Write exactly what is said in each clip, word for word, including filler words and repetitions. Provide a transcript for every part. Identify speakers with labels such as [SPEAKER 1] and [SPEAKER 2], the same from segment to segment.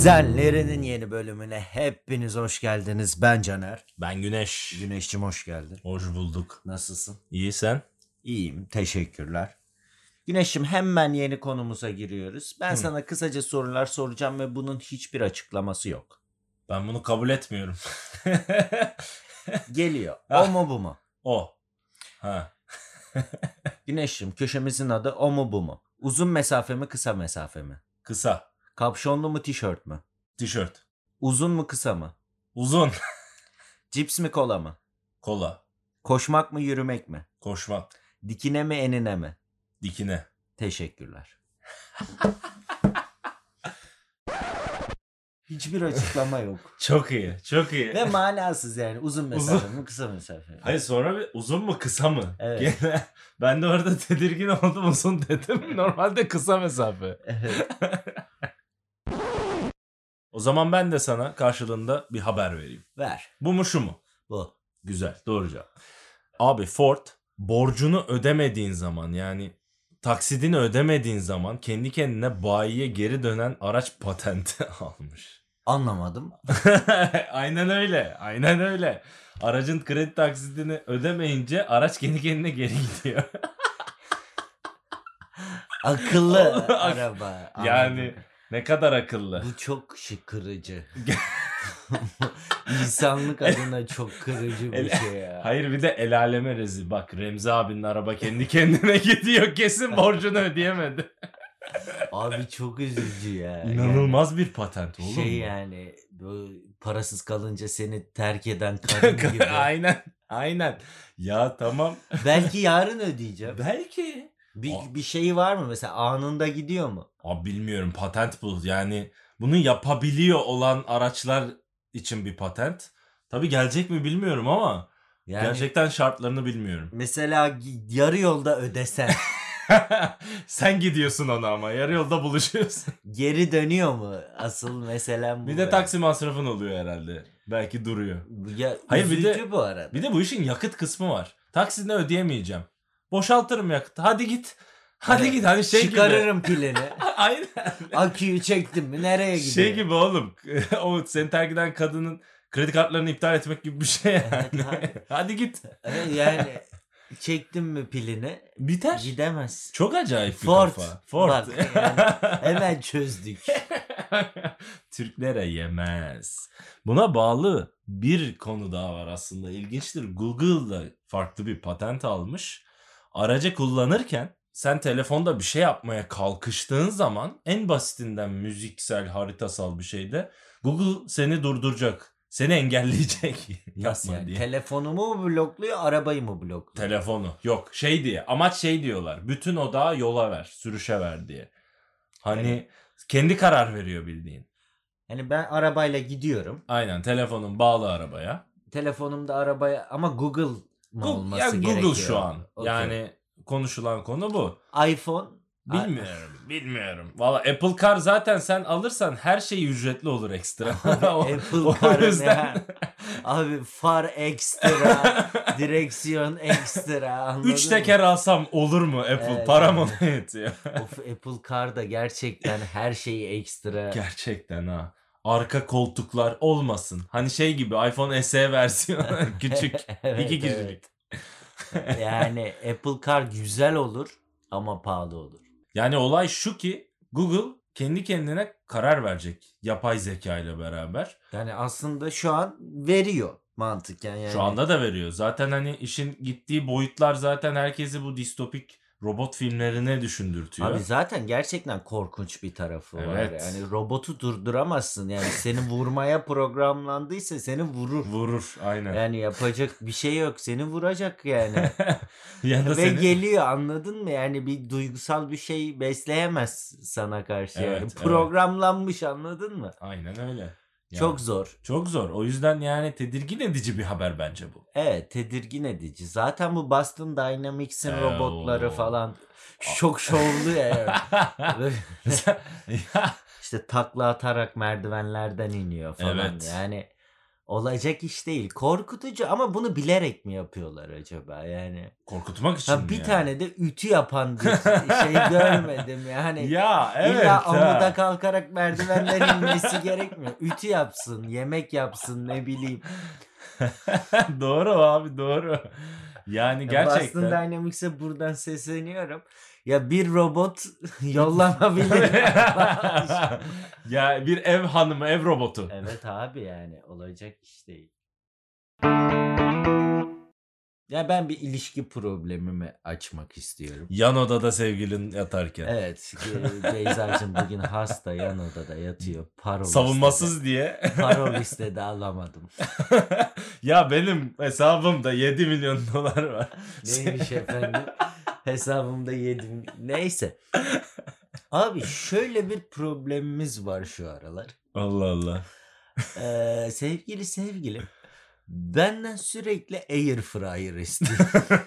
[SPEAKER 1] Kuzenlerinin yeni bölümüne hepiniz hoş geldiniz. Ben Caner.
[SPEAKER 2] Ben Güneş.
[SPEAKER 1] Güneş'cim hoş geldin.
[SPEAKER 2] Hoş bulduk.
[SPEAKER 1] Nasılsın?
[SPEAKER 2] İyi sen?
[SPEAKER 1] İyiyim, teşekkürler. Güneş'cim hemen yeni konumuza giriyoruz. Ben
[SPEAKER 2] Hı.
[SPEAKER 1] sana kısaca sorular soracağım ve bunun hiçbir açıklaması yok.
[SPEAKER 2] Ben bunu kabul etmiyorum.
[SPEAKER 1] Geliyor. O mu bu mu?
[SPEAKER 2] O. Ha.
[SPEAKER 1] Güneş'cim köşemizin adı o mu bu mu? Uzun mesafe mi kısa mesafe mi?
[SPEAKER 2] Kısa.
[SPEAKER 1] Kapşonlu mu tişört mü?
[SPEAKER 2] Tişört.
[SPEAKER 1] Uzun mu kısa mı?
[SPEAKER 2] Uzun.
[SPEAKER 1] Cips mi kola mı?
[SPEAKER 2] Kola.
[SPEAKER 1] Koşmak mı yürümek mi?
[SPEAKER 2] Koşmak.
[SPEAKER 1] Dikine mi enine mi?
[SPEAKER 2] Dikine.
[SPEAKER 1] Teşekkürler. Hiçbir açıklama yok.
[SPEAKER 2] Çok iyi. Çok iyi.
[SPEAKER 1] Ve manasız yani. Uzun mesafe mi kısa mesafe mi?
[SPEAKER 2] Hayır sonra bir uzun mu kısa mı?
[SPEAKER 1] Evet.
[SPEAKER 2] Gene, ben de orada tedirgin oldum, uzun dedim. Normalde kısa mesafe.
[SPEAKER 1] Evet.
[SPEAKER 2] O zaman ben de sana karşılığında bir haber vereyim.
[SPEAKER 1] Ver.
[SPEAKER 2] Bu mu şu mu?
[SPEAKER 1] Bu.
[SPEAKER 2] Güzel, doğru cevap. Abi Ford borcunu ödemediğin zaman, yani taksidini ödemediğin zaman kendi kendine bayiye geri dönen araç patenti almış.
[SPEAKER 1] Anlamadım.
[SPEAKER 2] Aynen öyle. Aynen öyle. Aracın kredi taksidini ödemeyince araç kendi kendine geri gidiyor.
[SPEAKER 1] Akıllı araba.
[SPEAKER 2] Yani
[SPEAKER 1] Anladım.
[SPEAKER 2] ne kadar akıllı.
[SPEAKER 1] Bu çok şık kırıcı. İnsanlık adına çok kırıcı bir
[SPEAKER 2] El-
[SPEAKER 1] şey ya.
[SPEAKER 2] Hayır, bir de el aleme rezil. Bak, Remzi abinin araba kendi kendine gidiyor. Kesin borcunu ödeyemedi.
[SPEAKER 1] Abi çok üzücü ya.
[SPEAKER 2] İnanılmaz bir patent
[SPEAKER 1] Yani
[SPEAKER 2] oğlum.
[SPEAKER 1] şey
[SPEAKER 2] bu.
[SPEAKER 1] yani bu parasız kalınca seni terk eden kadın gibi.
[SPEAKER 2] Aynen. Aynen. Ya tamam.
[SPEAKER 1] Belki yarın ödeyeceğim.
[SPEAKER 2] Belki.
[SPEAKER 1] Bir,
[SPEAKER 2] Aa.
[SPEAKER 1] bir şeyi var mı mesela anında gidiyor mu?
[SPEAKER 2] Abi bilmiyorum, patent bu. Yani bunu yapabiliyor olan araçlar için bir patent. Tabii gelecek mi bilmiyorum ama
[SPEAKER 1] Yani
[SPEAKER 2] gerçekten şartlarını bilmiyorum.
[SPEAKER 1] mesela gi- yarı yolda ödesen
[SPEAKER 2] Sen gidiyorsun ona ama yarı yolda buluşuyorsun.
[SPEAKER 1] geri dönüyor mu? Asıl meselem bu.
[SPEAKER 2] Bir de
[SPEAKER 1] be.
[SPEAKER 2] taksi masrafın oluyor herhalde. Belki duruyor.
[SPEAKER 1] Ya,
[SPEAKER 2] Hayır, bir de-
[SPEAKER 1] üzücü bu arada.
[SPEAKER 2] Bir de bu işin yakıt kısmı var. Taksini ödeyemeyeceğim. Boşaltırım yakıtı. Hadi git. Hadi
[SPEAKER 1] Evet.
[SPEAKER 2] git. Hani şey gibi.
[SPEAKER 1] Çıkarırım pilini.
[SPEAKER 2] Aynen.
[SPEAKER 1] Aküyü çektim mi nereye gidiyor?
[SPEAKER 2] Şey gibi oğlum. O seni terk eden kadının kredi kartlarını iptal etmek gibi bir şey yani.
[SPEAKER 1] Evet abi.
[SPEAKER 2] Hadi git.
[SPEAKER 1] Evet, yani çektim mi pilini
[SPEAKER 2] Biter.
[SPEAKER 1] gidemez.
[SPEAKER 2] Çok acayip bir
[SPEAKER 1] Ford.
[SPEAKER 2] kafa. Ford.
[SPEAKER 1] Bak yani hemen çözdük.
[SPEAKER 2] Türklere yemez. Buna bağlı bir konu daha var aslında. İlginçtir. Google da farklı bir patent almış. Aracı kullanırken sen telefonda bir şey yapmaya kalkıştığın zaman, en basitinden müziksel, haritasal bir şeyde, Google seni durduracak. Seni engelleyecek.
[SPEAKER 1] Nasıl
[SPEAKER 2] Yapma
[SPEAKER 1] yani?
[SPEAKER 2] diye.
[SPEAKER 1] Telefonumu mu blokluyor, arabayı mı blokluyor?
[SPEAKER 2] Telefonu. Yok, şey diye. Amaç şey diyorlar. Bütün odağı yola ver. Sürüşe ver diye. Hani
[SPEAKER 1] Evet.
[SPEAKER 2] kendi karar veriyor bildiğin.
[SPEAKER 1] Yani ben arabayla gidiyorum.
[SPEAKER 2] Aynen, telefonun bağlı arabaya.
[SPEAKER 1] Telefonumda arabaya ama Google mı
[SPEAKER 2] Google,
[SPEAKER 1] olması
[SPEAKER 2] ya
[SPEAKER 1] gerekiyor?
[SPEAKER 2] Google şu an.
[SPEAKER 1] Okey.
[SPEAKER 2] Yani konuşulan konu bu.
[SPEAKER 1] iPhone.
[SPEAKER 2] Bilmiyorum. Bilmiyorum. Valla Apple Car zaten sen alırsan her şey ücretli olur ekstra. O-
[SPEAKER 1] Apple
[SPEAKER 2] o
[SPEAKER 1] Car'ın
[SPEAKER 2] yüzden-
[SPEAKER 1] ya. Abi far ekstra, direksiyon ekstra. Anladın
[SPEAKER 2] Üç
[SPEAKER 1] mı?
[SPEAKER 2] teker alsam olur mu Apple?
[SPEAKER 1] Evet,
[SPEAKER 2] Param
[SPEAKER 1] evet.
[SPEAKER 2] ona yetiyor.
[SPEAKER 1] Of, Apple Car'da gerçekten her şeyi ekstra.
[SPEAKER 2] Gerçekten ha. Arka koltuklar olmasın. Hani şey gibi, iPhone S E versiyonu küçük.
[SPEAKER 1] Evet,
[SPEAKER 2] iki kişilik.
[SPEAKER 1] evet. Yani Apple Car güzel olur ama pahalı olur.
[SPEAKER 2] Yani olay şu ki, Google kendi kendine karar verecek yapay zeka ile beraber.
[SPEAKER 1] Yani aslında şu an veriyor mantıken yani.
[SPEAKER 2] Şu anda da veriyor. Zaten hani işin gittiği boyutlar zaten herkesi bu distopik robot filmlerine düşündürtüyor.
[SPEAKER 1] Abi zaten gerçekten korkunç bir tarafı var.
[SPEAKER 2] Evet.
[SPEAKER 1] Yani robotu durduramazsın. Yani seni vurmaya programlandıysa seni vurur.
[SPEAKER 2] Vurur aynen.
[SPEAKER 1] Yani yapacak bir şey yok. Seni vuracak yani.
[SPEAKER 2] Ya da
[SPEAKER 1] Ve
[SPEAKER 2] seni...
[SPEAKER 1] geliyor, anladın mı? Yani bir duygusal bir şey besleyemez sana karşı.
[SPEAKER 2] Evet,
[SPEAKER 1] yani.
[SPEAKER 2] evet.
[SPEAKER 1] Programlanmış, anladın mı?
[SPEAKER 2] Aynen öyle. Yani
[SPEAKER 1] Çok zor.
[SPEAKER 2] Çok zor. O yüzden yani tedirgin edici bir haber bence bu.
[SPEAKER 1] Evet, tedirgin edici. Zaten bu Boston Dynamics'in
[SPEAKER 2] Ee,
[SPEAKER 1] robotları
[SPEAKER 2] o-
[SPEAKER 1] falan çok şovlu ya. Böyle
[SPEAKER 2] Ya,
[SPEAKER 1] İşte takla atarak merdivenlerden iniyor falan.
[SPEAKER 2] Evet.
[SPEAKER 1] Yani Olacak iş değil. Korkutucu ama bunu bilerek mi yapıyorlar acaba yani?
[SPEAKER 2] Korkutmak için
[SPEAKER 1] Ha
[SPEAKER 2] mi
[SPEAKER 1] bir
[SPEAKER 2] yani?
[SPEAKER 1] tane de ütü yapan bir şey görmedim yani.
[SPEAKER 2] Ya evet.
[SPEAKER 1] İlla amuda
[SPEAKER 2] ha.
[SPEAKER 1] kalkarak merdivenden inmesi gerekmiyor. Ütü yapsın, yemek yapsın, ne bileyim.
[SPEAKER 2] Doğru abi, doğru. Yani
[SPEAKER 1] Ya Boston
[SPEAKER 2] gerçekten.
[SPEAKER 1] Dynamics'e buradan sesleniyorum. Ya bir robot yollanabilir.
[SPEAKER 2] Ya bir ev hanımı, ev robotu.
[SPEAKER 1] Evet abi yani olacak iş değil. Ya ben bir ilişki problemimi açmak istiyorum.
[SPEAKER 2] Yan odada sevgilin yatarken.
[SPEAKER 1] Evet, e, Beyza'cığım bugün hasta, yan odada yatıyor. Parol
[SPEAKER 2] Savunmasız
[SPEAKER 1] istedi.
[SPEAKER 2] diye.
[SPEAKER 1] Parol istedi, alamadım.
[SPEAKER 2] Ya benim hesabımda yedi milyon dolar var.
[SPEAKER 1] Neymiş efendim? Hesabımda yedim. Neyse. Abi şöyle bir problemimiz var şu aralar.
[SPEAKER 2] Allah Allah.
[SPEAKER 1] Ee, sevgili sevgilim benden sürekli air fryer istiyor.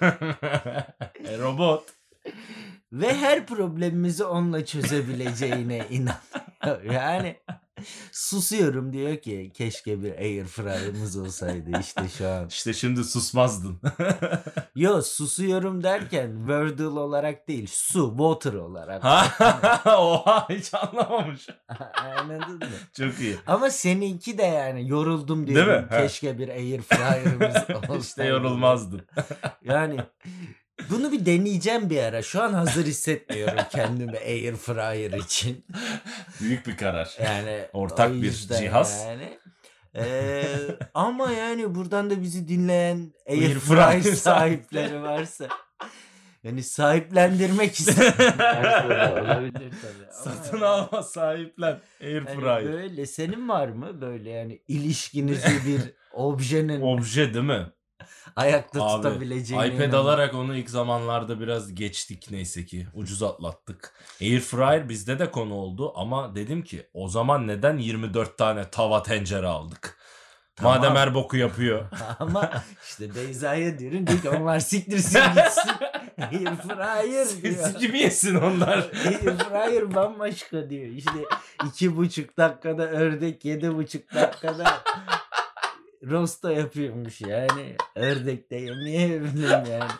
[SPEAKER 2] E, robot.
[SPEAKER 1] Ve her problemimizi onunla çözebileceğine inanıyor. Yani susuyorum, diyor ki keşke bir air fryer'ımız olsaydı işte şu an.
[SPEAKER 2] İşte şimdi susmazdın.
[SPEAKER 1] Yo, susuyorum derken Wordle olarak değil, su, water olarak.
[SPEAKER 2] Oha, hiç anlamamış.
[SPEAKER 1] Anladın mı?
[SPEAKER 2] Çok iyi.
[SPEAKER 1] Ama seninki de yani yoruldum
[SPEAKER 2] Değil
[SPEAKER 1] diyorum.
[SPEAKER 2] mi? Ha.
[SPEAKER 1] Keşke bir air fryer'ımız olsaydı.
[SPEAKER 2] İşte yorulmazdın.
[SPEAKER 1] Yani bunu bir deneyeceğim bir ara. Şu an hazır hissetmiyorum kendimi air fryer için.
[SPEAKER 2] Büyük bir karar.
[SPEAKER 1] Yani
[SPEAKER 2] Ortak
[SPEAKER 1] o
[SPEAKER 2] bir
[SPEAKER 1] yüzden
[SPEAKER 2] cihaz.
[SPEAKER 1] Yani. Ee, ama yani buradan da bizi dinleyen air
[SPEAKER 2] Air
[SPEAKER 1] fryer
[SPEAKER 2] fryer
[SPEAKER 1] sahipleri varsa yani sahiplendirmek istedim. Olabilir tabii. Ama
[SPEAKER 2] Satın
[SPEAKER 1] yani-
[SPEAKER 2] alma, sahiplen. Air
[SPEAKER 1] Yani
[SPEAKER 2] fryer.
[SPEAKER 1] böyle senin var mı böyle yani ilişkinizi bir objenin
[SPEAKER 2] Obje değil mi?
[SPEAKER 1] ayakta
[SPEAKER 2] Abi,
[SPEAKER 1] tutabileceğine
[SPEAKER 2] iPad
[SPEAKER 1] inanan-
[SPEAKER 2] alarak onu ilk zamanlarda biraz geçtik neyse ki. Ucuz atlattık. Air fryer bizde de konu oldu ama dedim ki o zaman neden yirmi dört tane tava tencere aldık?
[SPEAKER 1] Tamam.
[SPEAKER 2] Madem her boku yapıyor.
[SPEAKER 1] Ama işte Beyza'ya diyorum, diyor ki onlar siktirsin gitsin. Air fryer diyor.
[SPEAKER 2] Siz gibi yesin onlar.
[SPEAKER 1] Air fryer bambaşka diyor. İşte iki buçuk dakikada ördek, yedi buçuk dakikada rosta yapıyormuş yani. Ördek de yemeyebilirim yani.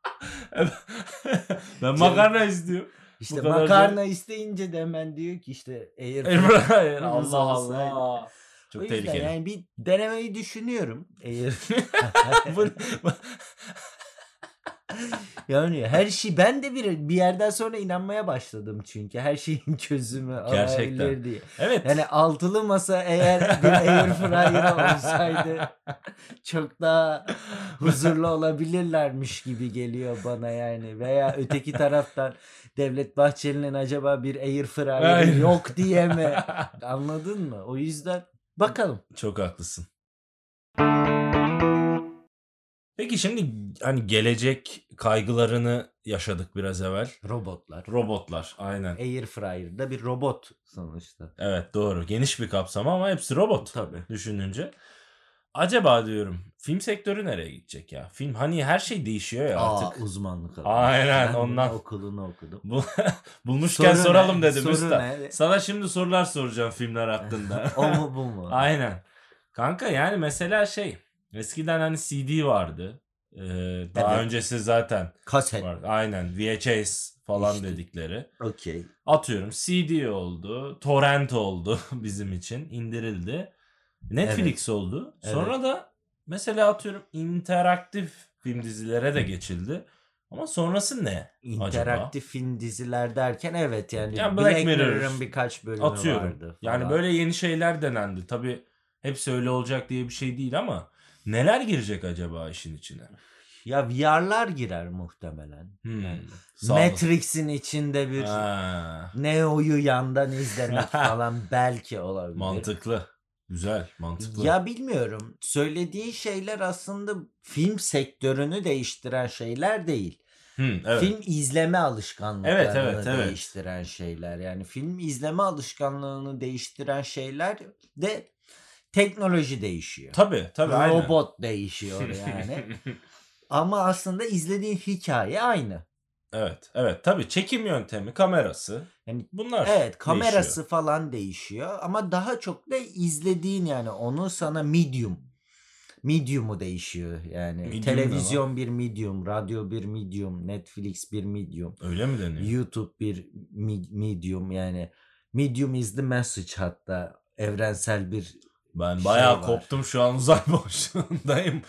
[SPEAKER 2] Ben makarna istiyorum.
[SPEAKER 1] İşte
[SPEAKER 2] kadar
[SPEAKER 1] makarna isteyince de hemen diyor ki işte air
[SPEAKER 2] Air
[SPEAKER 1] fryer.
[SPEAKER 2] fryer.
[SPEAKER 1] Ucuz
[SPEAKER 2] Allah
[SPEAKER 1] olsaydı.
[SPEAKER 2] Allah.
[SPEAKER 1] O
[SPEAKER 2] Çok
[SPEAKER 1] yüzden
[SPEAKER 2] tehlikeli.
[SPEAKER 1] yani bir denemeyi düşünüyorum. Air
[SPEAKER 2] Bu- bu-
[SPEAKER 1] Yani her şey, ben de bir bir yerden sonra inanmaya başladım çünkü her şeyin çözümü
[SPEAKER 2] Gerçekten.
[SPEAKER 1] olabilir diye.
[SPEAKER 2] evet.
[SPEAKER 1] Yani altılı masa eğer bir air fryer olsaydı çok daha huzurlu olabilirlermiş gibi geliyor bana yani. Veya öteki taraftan Devlet Bahçeli'nin acaba bir air fryer'ı
[SPEAKER 2] Aynen.
[SPEAKER 1] yok diye mi? Anladın mı? O yüzden bakalım.
[SPEAKER 2] Çok haklısın. Peki şimdi hani gelecek kaygılarını yaşadık biraz evvel.
[SPEAKER 1] Robotlar.
[SPEAKER 2] Robotlar aynen.
[SPEAKER 1] Air fryer da bir robot sonuçta.
[SPEAKER 2] Evet doğru. Geniş bir kapsam ama hepsi robot
[SPEAKER 1] Tabii.
[SPEAKER 2] düşününce. Acaba diyorum film sektörü nereye gidecek ya? Film hani her şey değişiyor ya
[SPEAKER 1] Aa,
[SPEAKER 2] artık.
[SPEAKER 1] uzmanlık alanı.
[SPEAKER 2] Aynen,
[SPEAKER 1] Ben bunun
[SPEAKER 2] ondan.
[SPEAKER 1] okulunu okudum.
[SPEAKER 2] Bu, bulmuşken
[SPEAKER 1] Soru
[SPEAKER 2] soralım
[SPEAKER 1] ne?
[SPEAKER 2] dedim
[SPEAKER 1] Soru
[SPEAKER 2] usta.
[SPEAKER 1] ne?
[SPEAKER 2] Sana şimdi sorular soracağım filmler hakkında.
[SPEAKER 1] O mu bu mu?
[SPEAKER 2] Aynen. Kanka yani mesela şey eskiden hani C D vardı. Ee, daha
[SPEAKER 1] Evet.
[SPEAKER 2] öncesi zaten
[SPEAKER 1] Kaset.
[SPEAKER 2] var. Aynen V H S falan
[SPEAKER 1] İşte.
[SPEAKER 2] dedikleri.
[SPEAKER 1] Okey.
[SPEAKER 2] Atıyorum C D oldu. Torrent oldu bizim için. indirildi. Netflix oldu. Sonra
[SPEAKER 1] Evet.
[SPEAKER 2] da mesela atıyorum interaktif film dizilere de geçildi. Ama sonrası ne?
[SPEAKER 1] İnteraktif film diziler derken evet yani,
[SPEAKER 2] Yani
[SPEAKER 1] Black,
[SPEAKER 2] Black Mirror
[SPEAKER 1] Mirror'ın birkaç bölümü
[SPEAKER 2] Atıyorum.
[SPEAKER 1] vardı.
[SPEAKER 2] Yani
[SPEAKER 1] falan.
[SPEAKER 2] böyle yeni şeyler denendi. Tabii hepsi öyle olacak diye bir şey değil ama neler girecek acaba işin içine?
[SPEAKER 1] Ya V R'lar girer muhtemelen.
[SPEAKER 2] Hmm.
[SPEAKER 1] Yani
[SPEAKER 2] Sağ ol.
[SPEAKER 1] Matrix'in içinde bir
[SPEAKER 2] Ha,
[SPEAKER 1] Neo'yu yandan izlemek falan belki olabilir.
[SPEAKER 2] mantıklı. Güzel, mantıklı.
[SPEAKER 1] Ya bilmiyorum. Söylediğin şeyler aslında film sektörünü değiştiren şeyler değil.
[SPEAKER 2] Hmm, evet.
[SPEAKER 1] Film izleme alışkanlıklarını
[SPEAKER 2] Evet, evet, evet.
[SPEAKER 1] değiştiren şeyler. Yani film izleme alışkanlığını değiştiren şeyler de teknoloji değişiyor.
[SPEAKER 2] Tabii, tabii. aynen.
[SPEAKER 1] Robot değişiyor yani. Ama aslında izlediğin hikaye aynı.
[SPEAKER 2] Evet, evet. Tabii çekim yöntemi, kamerası.
[SPEAKER 1] Yani
[SPEAKER 2] Bunlar
[SPEAKER 1] evet, kamerası
[SPEAKER 2] değişiyor.
[SPEAKER 1] falan değişiyor ama daha çok da izlediğin yani onu sana medium medium'u değişiyor. Yani
[SPEAKER 2] Medium ne
[SPEAKER 1] televizyon bir medium, radyo bir medium, Netflix bir medium,
[SPEAKER 2] Öyle mi deniyor?
[SPEAKER 1] YouTube bir mi- medium, yani medium is the message, hatta evrensel bir
[SPEAKER 2] Ben
[SPEAKER 1] şey
[SPEAKER 2] bayağı
[SPEAKER 1] var.
[SPEAKER 2] koptum şu an, uzay boşluğundayım.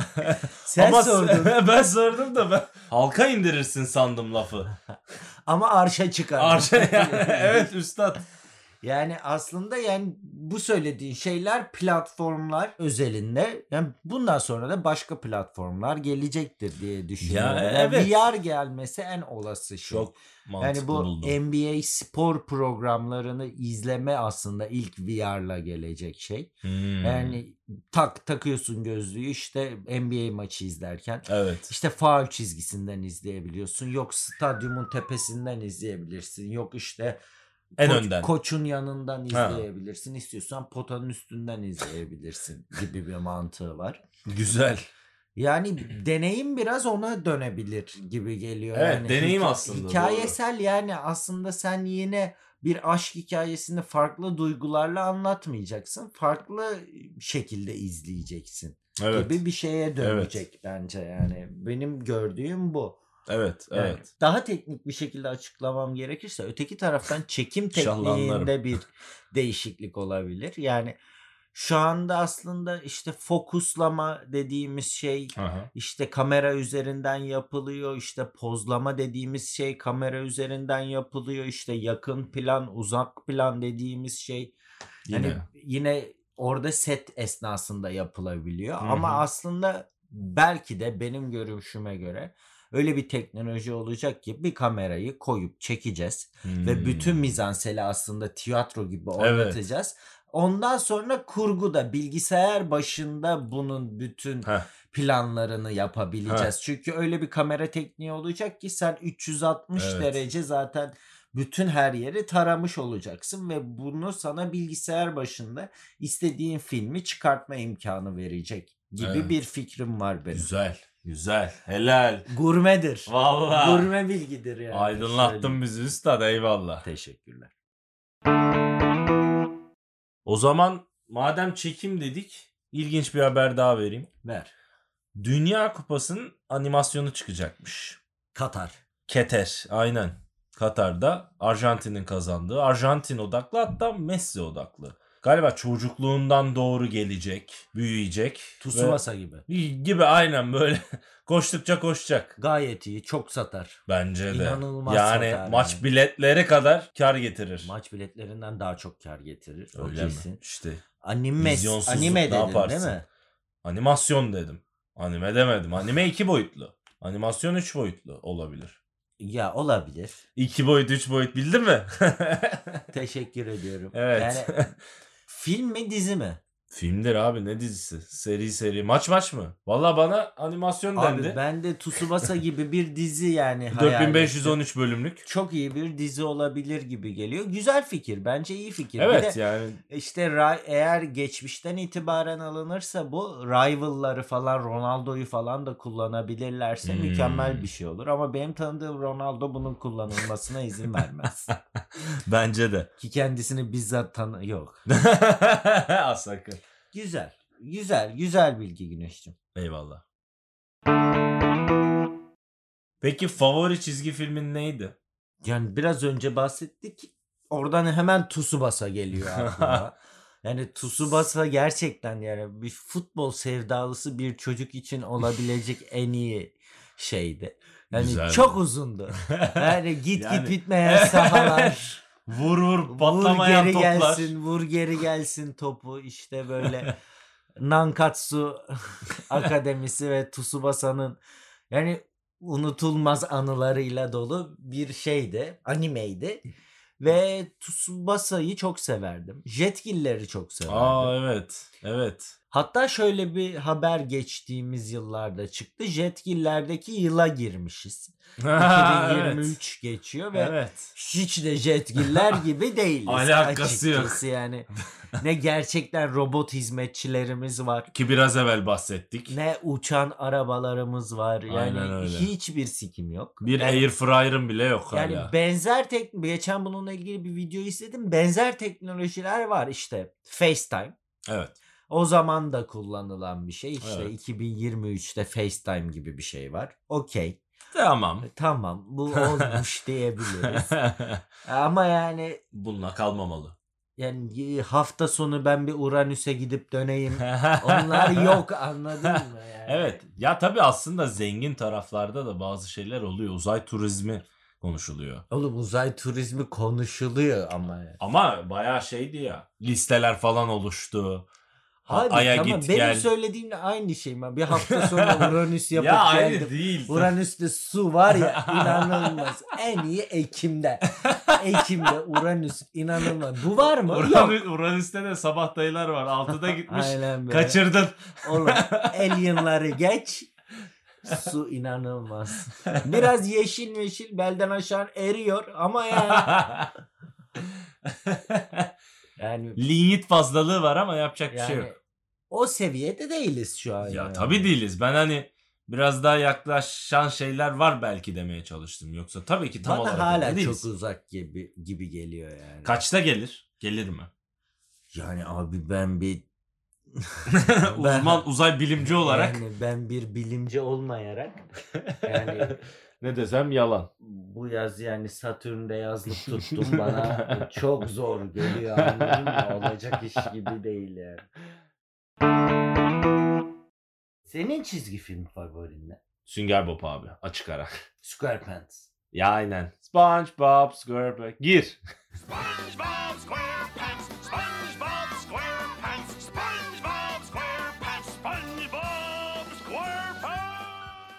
[SPEAKER 1] Sen
[SPEAKER 2] Ama
[SPEAKER 1] sordun.
[SPEAKER 2] ben sordum da ben halka indirirsin sandım lafı.
[SPEAKER 1] Ama arşa çıkar.
[SPEAKER 2] Arşa evet üstad.
[SPEAKER 1] Yani aslında yani bu söylediğin şeyler platformlar özelinde, yani bundan sonra da başka platformlar gelecektir diye düşünüyorum.
[SPEAKER 2] Ya,
[SPEAKER 1] Yani
[SPEAKER 2] evet.
[SPEAKER 1] V R gelmesi en olası şey.
[SPEAKER 2] Çok mantıklı
[SPEAKER 1] Yani bu
[SPEAKER 2] buldum.
[SPEAKER 1] N B A spor programlarını izleme aslında ilk V R'la gelecek şey.
[SPEAKER 2] Hmm.
[SPEAKER 1] Yani tak takıyorsun gözlüğü, işte N B A maçı izlerken
[SPEAKER 2] Evet.
[SPEAKER 1] işte faul çizgisinden izleyebiliyorsun. Yok stadyumun tepesinden izleyebilirsin. Yok işte
[SPEAKER 2] En
[SPEAKER 1] Koç-
[SPEAKER 2] önden.
[SPEAKER 1] koçun yanından
[SPEAKER 2] Ha.
[SPEAKER 1] izleyebilirsin. İstiyorsan potanın üstünden izleyebilirsin gibi bir mantığı var.
[SPEAKER 2] Güzel.
[SPEAKER 1] Yani deneyim biraz ona dönebilir gibi geliyor.
[SPEAKER 2] Evet,
[SPEAKER 1] yani
[SPEAKER 2] deneyim
[SPEAKER 1] hika-
[SPEAKER 2] aslında,
[SPEAKER 1] Hikayesel, yani aslında sen yine bir aşk hikayesini farklı duygularla anlatmayacaksın. Farklı şekilde izleyeceksin
[SPEAKER 2] Evet.
[SPEAKER 1] gibi bir şeye dönecek bence yani. Benim gördüğüm bu.
[SPEAKER 2] Evet,
[SPEAKER 1] Yani
[SPEAKER 2] evet.
[SPEAKER 1] daha teknik bir şekilde açıklamam gerekirse, öteki taraftan çekim
[SPEAKER 2] İnşallah anlarım.
[SPEAKER 1] tekniğinde bir değişiklik olabilir. Yani şu anda aslında işte fokuslama dediğimiz şey
[SPEAKER 2] Aha.
[SPEAKER 1] işte kamera üzerinden yapılıyor. İşte pozlama dediğimiz şey kamera üzerinden yapılıyor. İşte yakın plan, uzak plan dediğimiz şey
[SPEAKER 2] Yine.
[SPEAKER 1] hani yine orada set esnasında yapılabiliyor.
[SPEAKER 2] Hı
[SPEAKER 1] Ama
[SPEAKER 2] hı.
[SPEAKER 1] aslında belki de benim görüşüme göre öyle bir teknoloji olacak ki bir kamerayı koyup çekeceğiz ve bütün
[SPEAKER 2] Hmm.
[SPEAKER 1] mizanseli aslında tiyatro gibi
[SPEAKER 2] Evet.
[SPEAKER 1] oynatacağız. Ondan sonra kurguda bilgisayar başında bunun bütün
[SPEAKER 2] Heh.
[SPEAKER 1] planlarını yapabileceğiz. Çünkü öyle bir kamera tekniği olacak ki sen üç yüz altmış
[SPEAKER 2] Evet.
[SPEAKER 1] derece zaten bütün her yeri taramış olacaksın ve bunu sana bilgisayar başında istediğin filmi çıkartma imkanı verecek gibi
[SPEAKER 2] Evet.
[SPEAKER 1] bir fikrim var benim.
[SPEAKER 2] Güzel. Güzel. Helal.
[SPEAKER 1] Gurmedir.
[SPEAKER 2] Vallahi.
[SPEAKER 1] Gurme bilgidir yani.
[SPEAKER 2] Aydınlattın
[SPEAKER 1] Söyleyeyim.
[SPEAKER 2] bizi üstad, eyvallah.
[SPEAKER 1] Teşekkürler.
[SPEAKER 2] O zaman madem çekim dedik, ilginç bir haber daha vereyim.
[SPEAKER 1] Ver.
[SPEAKER 2] Dünya Kupası'nın animasyonu çıkacakmış.
[SPEAKER 1] Katar.
[SPEAKER 2] Keter, aynen. Katar'da Arjantin'in kazandığı. Arjantin odaklı, hatta Messi odaklı. Galiba çocukluğundan doğru gelecek, büyüyecek.
[SPEAKER 1] Tsubasa gibi.
[SPEAKER 2] Gibi aynen böyle koştukça koşacak.
[SPEAKER 1] Gayet iyi. Çok satar.
[SPEAKER 2] Bence de.
[SPEAKER 1] İnanılmaz
[SPEAKER 2] yani
[SPEAKER 1] satar
[SPEAKER 2] maç
[SPEAKER 1] yani.
[SPEAKER 2] biletleri kadar kar getirir.
[SPEAKER 1] Maç biletlerinden daha çok kar getirir. O
[SPEAKER 2] Öyle mi?
[SPEAKER 1] kesin.
[SPEAKER 2] İşte
[SPEAKER 1] Anime,
[SPEAKER 2] vizyonsuzluk
[SPEAKER 1] anime
[SPEAKER 2] ne
[SPEAKER 1] dedin değil
[SPEAKER 2] yaparsın?
[SPEAKER 1] mi?
[SPEAKER 2] Animasyon dedim. Anime demedim. Anime iki boyutlu. Animasyon üç boyutlu olabilir.
[SPEAKER 1] Ya olabilir.
[SPEAKER 2] İki boyut, üç boyut bildin mi?
[SPEAKER 1] Teşekkür ediyorum.
[SPEAKER 2] Evet.
[SPEAKER 1] Yani film mi dizi mi?
[SPEAKER 2] Filmdir abi, ne dizisi? Seri seri. Maç maç mı? Valla bana animasyon dendi.
[SPEAKER 1] Abi ben de Tsubasa gibi bir dizi yani hayal
[SPEAKER 2] dört bin beş yüz on
[SPEAKER 1] ettim.
[SPEAKER 2] üç bölümlük.
[SPEAKER 1] Çok iyi bir dizi olabilir gibi geliyor. Güzel fikir. Bence iyi fikir.
[SPEAKER 2] Evet
[SPEAKER 1] Bir de
[SPEAKER 2] yani.
[SPEAKER 1] işte ra- eğer geçmişten itibaren alınırsa bu rival'ları falan, Ronaldo'yu falan da kullanabilirlerse
[SPEAKER 2] Hmm.
[SPEAKER 1] mükemmel bir şey olur. Ama benim tanıdığım Ronaldo bunun kullanılmasına izin vermez.
[SPEAKER 2] Bence de.
[SPEAKER 1] Ki kendisini bizzat tanı yok.
[SPEAKER 2] Sakın.
[SPEAKER 1] Güzel. Güzel. Güzel bilgi Güneş'cim.
[SPEAKER 2] Eyvallah. Peki favori çizgi filmin neydi?
[SPEAKER 1] Yani biraz önce bahsettik. Oradan hemen Tsubasa geliyor aklıma. Yani Tsubasa gerçekten yani bir futbol sevdalısı bir çocuk için olabilecek en iyi şeydi. Yani
[SPEAKER 2] Güzeldi.
[SPEAKER 1] çok uzundu. Yani git
[SPEAKER 2] Yani-
[SPEAKER 1] git bitmeyen sahalar.
[SPEAKER 2] Vur vur
[SPEAKER 1] Vur
[SPEAKER 2] patlamayan
[SPEAKER 1] geri
[SPEAKER 2] toplar.
[SPEAKER 1] gelsin, vur geri gelsin topu. İşte böyle Nankatsu Akademisi ve Tsubasa'nın yani unutulmaz anılarıyla dolu bir şeydi, animeydi. Ve Tsubasa'yı çok severdim. Jetgiller'i çok severdim.
[SPEAKER 2] Aa evet. Evet.
[SPEAKER 1] Hatta şöyle bir haber geçtiğimiz yıllarda çıktı. Jetgiller'deki yıla girmişiz.
[SPEAKER 2] Ha,
[SPEAKER 1] iki bin yirmi üç
[SPEAKER 2] evet.
[SPEAKER 1] geçiyor ve
[SPEAKER 2] Evet.
[SPEAKER 1] hiç de Jetgiller gibi değiliz.
[SPEAKER 2] Alakası yok.
[SPEAKER 1] Açıkçası yani. Ne gerçekten robot hizmetçilerimiz var.
[SPEAKER 2] Ki biraz evvel bahsettik.
[SPEAKER 1] Ne uçan arabalarımız var. Yani
[SPEAKER 2] Aynen öyle.
[SPEAKER 1] hiçbir sikim yok.
[SPEAKER 2] Bir
[SPEAKER 1] yani,
[SPEAKER 2] airfryer'ın bile yok
[SPEAKER 1] yani
[SPEAKER 2] hala.
[SPEAKER 1] benzer tek geçen bununla ilgili bir video izledim. Benzer teknolojiler var işte. FaceTime.
[SPEAKER 2] Evet.
[SPEAKER 1] O zaman da kullanılan bir şey. İşte
[SPEAKER 2] Evet.
[SPEAKER 1] iki bin yirmi üçte FaceTime gibi bir şey var. Okey.
[SPEAKER 2] Tamam.
[SPEAKER 1] Tamam bu olmuş diyebiliriz. Ama yani
[SPEAKER 2] Bununla kalmamalı.
[SPEAKER 1] yani hafta sonu ben bir Uranüs'e gidip döneyim. Onlar yok, anladın mı yani?
[SPEAKER 2] Evet. Ya tabii aslında zengin taraflarda da bazı şeyler oluyor. Uzay turizmi konuşuluyor.
[SPEAKER 1] Oğlum uzay turizmi konuşuluyor ama. Yani.
[SPEAKER 2] Ama bayağı şeydi ya. Listeler falan oluştu. Ha-
[SPEAKER 1] Abi
[SPEAKER 2] Ay'a
[SPEAKER 1] tamam
[SPEAKER 2] git
[SPEAKER 1] benim
[SPEAKER 2] gel.
[SPEAKER 1] söylediğimle aynı şey mi? Bir hafta sonra Uranüs yapıp
[SPEAKER 2] Ya aynı
[SPEAKER 1] geldim.
[SPEAKER 2] değil.
[SPEAKER 1] Uranüs'te su var ya, inanılmaz. En iyi Ekim'de. Ekim'de Uranüs inanılmaz. Bu var mı? Yok.
[SPEAKER 2] Uranüs, Uranüs'te de sabah dayılar var. altıda gitmiş.
[SPEAKER 1] Aynen be.
[SPEAKER 2] Kaçırdın.
[SPEAKER 1] Oğlum alienları geç. Su inanılmaz. Biraz yeşil yeşil belden aşağı eriyor ama yani. Yani
[SPEAKER 2] Linyit fazlalığı var ama yapacak bir şey
[SPEAKER 1] yani
[SPEAKER 2] yok.
[SPEAKER 1] o seviyede değiliz şu an.
[SPEAKER 2] Ya
[SPEAKER 1] yani.
[SPEAKER 2] tabii değiliz. Ben hani biraz daha yaklaşan şeyler var belki demeye çalıştım. Yoksa tabii ki tam
[SPEAKER 1] Bana
[SPEAKER 2] olarak
[SPEAKER 1] hala
[SPEAKER 2] öyle
[SPEAKER 1] çok
[SPEAKER 2] değiliz.
[SPEAKER 1] uzak gibi gibi geliyor yani.
[SPEAKER 2] Kaçta gelir? Gelir mi?
[SPEAKER 1] Yani abi ben bir
[SPEAKER 2] Uzman uzay bilimci olarak
[SPEAKER 1] yani ben bir bilimci olmayarak yani
[SPEAKER 2] ne desem yalan.
[SPEAKER 1] bu yaz yani Satürn'de yazlık tuttum, bana çok zor geliyor, anladın mı? Olacak iş gibi değil yani. Senin çizgi film favorin ne?
[SPEAKER 2] Sünger Bob abi açık ara.
[SPEAKER 1] SquarePants.
[SPEAKER 2] Ya aynen. SpongeBob SquarePants. Gir.
[SPEAKER 3] SpongeBob SquarePants, SpongeBob SquarePants, SpongeBob SquarePants, SpongeBob SquarePants.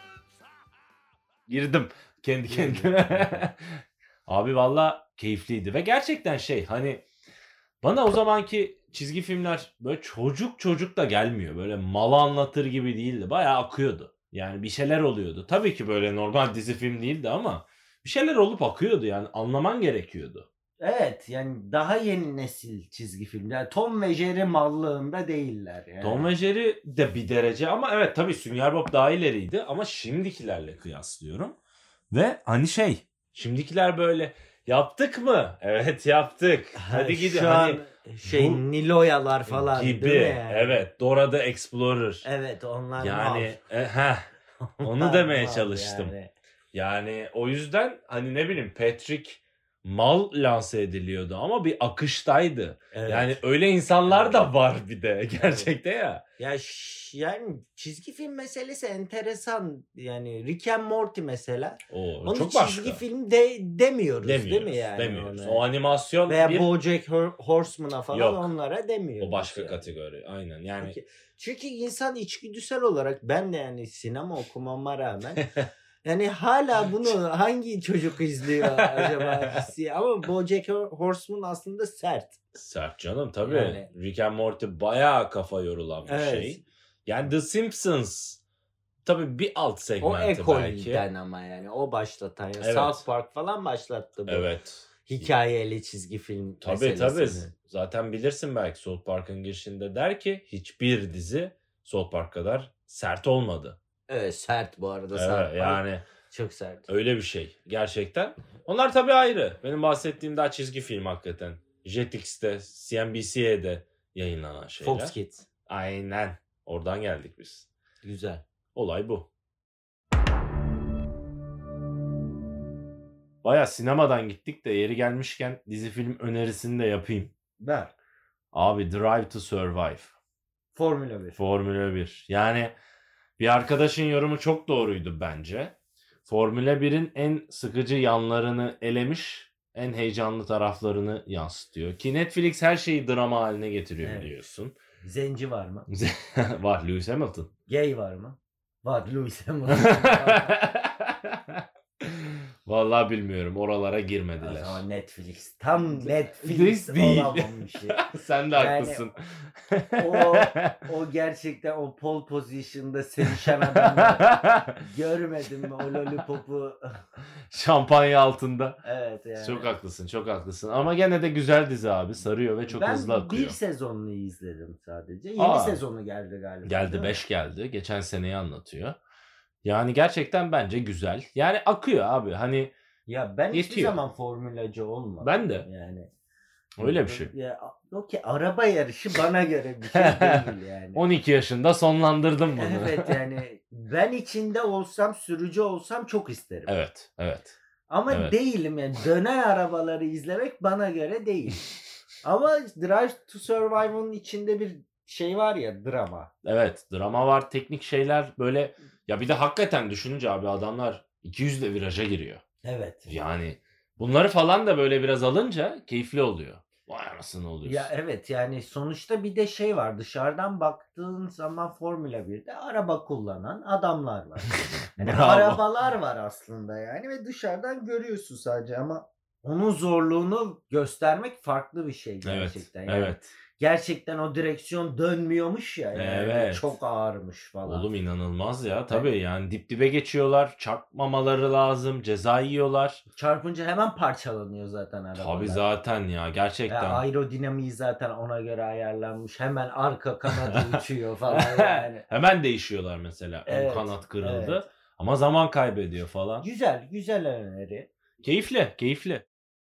[SPEAKER 2] Girdim kendi kendime. Abi valla keyifliydi ve gerçekten şey hani bana o zamanki çizgi filmler böyle çocuk çocuk da gelmiyor. Böyle malı anlatır gibi değildi. Bayağı akıyordu. Yani bir şeyler oluyordu. Tabii ki böyle normal dizi film değildi ama bir şeyler olup akıyordu yani anlaman gerekiyordu.
[SPEAKER 1] Evet yani daha yeni nesil çizgi film. Yani Tom ve Jerry mallığında değiller yani.
[SPEAKER 2] Tom ve Jerry de bir derece ama evet tabii Sünger Bob daha ileriydi ama şimdikilerle kıyaslıyorum. Ve hani şey şimdikiler böyle yaptık mı? Evet yaptık. Hadi
[SPEAKER 1] Ha,
[SPEAKER 2] gidin
[SPEAKER 1] şu
[SPEAKER 2] hani
[SPEAKER 1] an şey
[SPEAKER 2] bu-
[SPEAKER 1] Niloyalar falan
[SPEAKER 2] gibi.
[SPEAKER 1] değil mi yani?
[SPEAKER 2] Evet Dora the Explorer.
[SPEAKER 1] Evet onlar
[SPEAKER 2] Yani
[SPEAKER 1] mal.
[SPEAKER 2] e, heh, onu
[SPEAKER 1] Onlar
[SPEAKER 2] demeye
[SPEAKER 1] mal
[SPEAKER 2] çalıştım.
[SPEAKER 1] yani.
[SPEAKER 2] Yani o yüzden hani ne bileyim Patrick mal lanse ediliyordu ama bir akıştaydı.
[SPEAKER 1] Evet.
[SPEAKER 2] Yani öyle insanlar da var bir de gerçekte ya.
[SPEAKER 1] Ya ş- yani çizgi film meselesi enteresan. Yani Rick and Morty mesela.
[SPEAKER 2] O
[SPEAKER 1] Onu
[SPEAKER 2] çok
[SPEAKER 1] çizgi
[SPEAKER 2] başka.
[SPEAKER 1] film de demiyoruz,
[SPEAKER 2] Demiyoruz,
[SPEAKER 1] değil mi yani?
[SPEAKER 2] demiyoruz.
[SPEAKER 1] ona?
[SPEAKER 2] O animasyon
[SPEAKER 1] Veya
[SPEAKER 2] bir
[SPEAKER 1] BoJack Hor- Horseman'a falan
[SPEAKER 2] Yok.
[SPEAKER 1] onlara demiyoruz.
[SPEAKER 2] o başka
[SPEAKER 1] yani.
[SPEAKER 2] kategori. Aynen yani.
[SPEAKER 1] Çünkü, çünkü insan içgüdüsel olarak, ben de yani sinema okumama rağmen yani hala bunu hangi çocuk izliyor acaba hissi, ama BoJack Horseman aslında sert.
[SPEAKER 2] Sert canım tabii.
[SPEAKER 1] Yani.
[SPEAKER 2] Rick and Morty bayağı kafa yorulan bir
[SPEAKER 1] Evet.
[SPEAKER 2] şey. Yani The Simpsons tabii bir alt
[SPEAKER 1] O
[SPEAKER 2] segmenti belki.
[SPEAKER 1] ekolden ama yani o başlatan. Yani
[SPEAKER 2] Evet.
[SPEAKER 1] South Park falan başlattı bu
[SPEAKER 2] Evet.
[SPEAKER 1] hikayeli çizgi film
[SPEAKER 2] Tabii tabii.
[SPEAKER 1] meselesini.
[SPEAKER 2] Zaten bilirsin belki South Park'ın girişinde der ki hiçbir dizi South Park kadar sert olmadı.
[SPEAKER 1] Evet sert bu arada.
[SPEAKER 2] Evet,
[SPEAKER 1] South Park.
[SPEAKER 2] yani
[SPEAKER 1] Çok sert.
[SPEAKER 2] öyle bir şey gerçekten. Onlar tabii ayrı. Benim bahsettiğim daha çizgi film hakikaten. Jetix'te, C N B C'de yayınlanan şeyler.
[SPEAKER 1] Fox Kids.
[SPEAKER 2] Aynen. Oradan geldik biz.
[SPEAKER 1] Güzel.
[SPEAKER 2] Olay bu. Baya sinemadan gittik de yeri gelmişken dizi film önerisini de yapayım.
[SPEAKER 1] Ver.
[SPEAKER 2] Abi Drive to Survive.
[SPEAKER 1] Formula bir.
[SPEAKER 2] Formula bir. Yani bir arkadaşın yorumu çok doğruydu bence. Formula birin en sıkıcı yanlarını elemiş, en heyecanlı taraflarını yansıtıyor. Ki Netflix her şeyi drama haline getiriyor
[SPEAKER 1] Evet.
[SPEAKER 2] biliyorsun.
[SPEAKER 1] Zenci var mı?
[SPEAKER 2] Var Lewis Hamilton.
[SPEAKER 1] Gay var mı? Var Lewis Hamilton.
[SPEAKER 2] Vallahi bilmiyorum. Oralara
[SPEAKER 1] O
[SPEAKER 2] girmediler.
[SPEAKER 1] zaman Netflix. Tam Netflix
[SPEAKER 2] Netflix değil.
[SPEAKER 1] olamamış ya.
[SPEAKER 2] Sen de
[SPEAKER 1] Yani
[SPEAKER 2] haklısın.
[SPEAKER 1] O, o gerçekten o pole position'da sevişen adamlar görmedim mi o lollipopu?
[SPEAKER 2] Şampanya altında.
[SPEAKER 1] Evet yani.
[SPEAKER 2] Çok haklısın, çok haklısın. Ama gene de güzel dizi abi. Sarıyor ve çok
[SPEAKER 1] ben
[SPEAKER 2] hızlı akıyor.
[SPEAKER 1] bir sezonunu izledim sadece. Yeni
[SPEAKER 2] Aa.
[SPEAKER 1] sezonu geldi galiba.
[SPEAKER 2] Geldi
[SPEAKER 1] değil mi?
[SPEAKER 2] beş geldi. Geçen seneyi anlatıyor. Yani gerçekten bence güzel. Yani akıyor abi. Hani
[SPEAKER 1] Ya ben hiçbir
[SPEAKER 2] Yetiyor.
[SPEAKER 1] zaman formülacı olmadım.
[SPEAKER 2] Ben de.
[SPEAKER 1] Yani
[SPEAKER 2] Öyle bir şey.
[SPEAKER 1] Ya, okey, araba yarışı bana göre bir şey değil yani.
[SPEAKER 2] on iki yaşında sonlandırdım bunu.
[SPEAKER 1] Evet yani ben içinde olsam, sürücü olsam çok isterim.
[SPEAKER 2] Evet, evet.
[SPEAKER 1] Ama
[SPEAKER 2] Evet.
[SPEAKER 1] değilim yani. Dönen arabaları izlemek bana göre değil. Ama Drive to Survive'ın içinde bir şey var ya, drama.
[SPEAKER 2] Evet, drama var, teknik şeyler böyle. Ya bir de hakikaten düşününce abi adamlar iki yüzle viraja giriyor.
[SPEAKER 1] Evet.
[SPEAKER 2] Yani bunları falan da böyle biraz alınca keyifli oluyor. Vay anasını oluyorsun.
[SPEAKER 1] Ya evet yani sonuçta bir de şey var, dışarıdan baktığın zaman Formula birde araba kullanan adamlar var. Yani
[SPEAKER 2] Bravo.
[SPEAKER 1] arabalar var aslında yani ve dışarıdan görüyorsun sadece ama onun zorluğunu göstermek farklı bir şey gerçekten.
[SPEAKER 2] Evet,
[SPEAKER 1] Yani
[SPEAKER 2] evet.
[SPEAKER 1] gerçekten o direksiyon dönmüyormuş ya yani
[SPEAKER 2] Evet.
[SPEAKER 1] çok ağırmış falan.
[SPEAKER 2] Oğlum inanılmaz ya. Tabii yani dip dibe geçiyorlar. Çarpmamaları lazım. Ceza yiyorlar.
[SPEAKER 1] Çarpınca hemen parçalanıyor zaten arabalar.
[SPEAKER 2] Tabii zaten ya. Gerçekten.
[SPEAKER 1] Ya aerodinamiği zaten ona göre ayarlanmış. Hemen arka kanadı uçuyor falan yani.
[SPEAKER 2] Hemen değişiyorlar mesela. Ön
[SPEAKER 1] Evet,
[SPEAKER 2] kanat kırıldı.
[SPEAKER 1] evet.
[SPEAKER 2] Ama zaman kaybediyor falan.
[SPEAKER 1] Güzel, güzel öneri.
[SPEAKER 2] Keyifli, keyifli.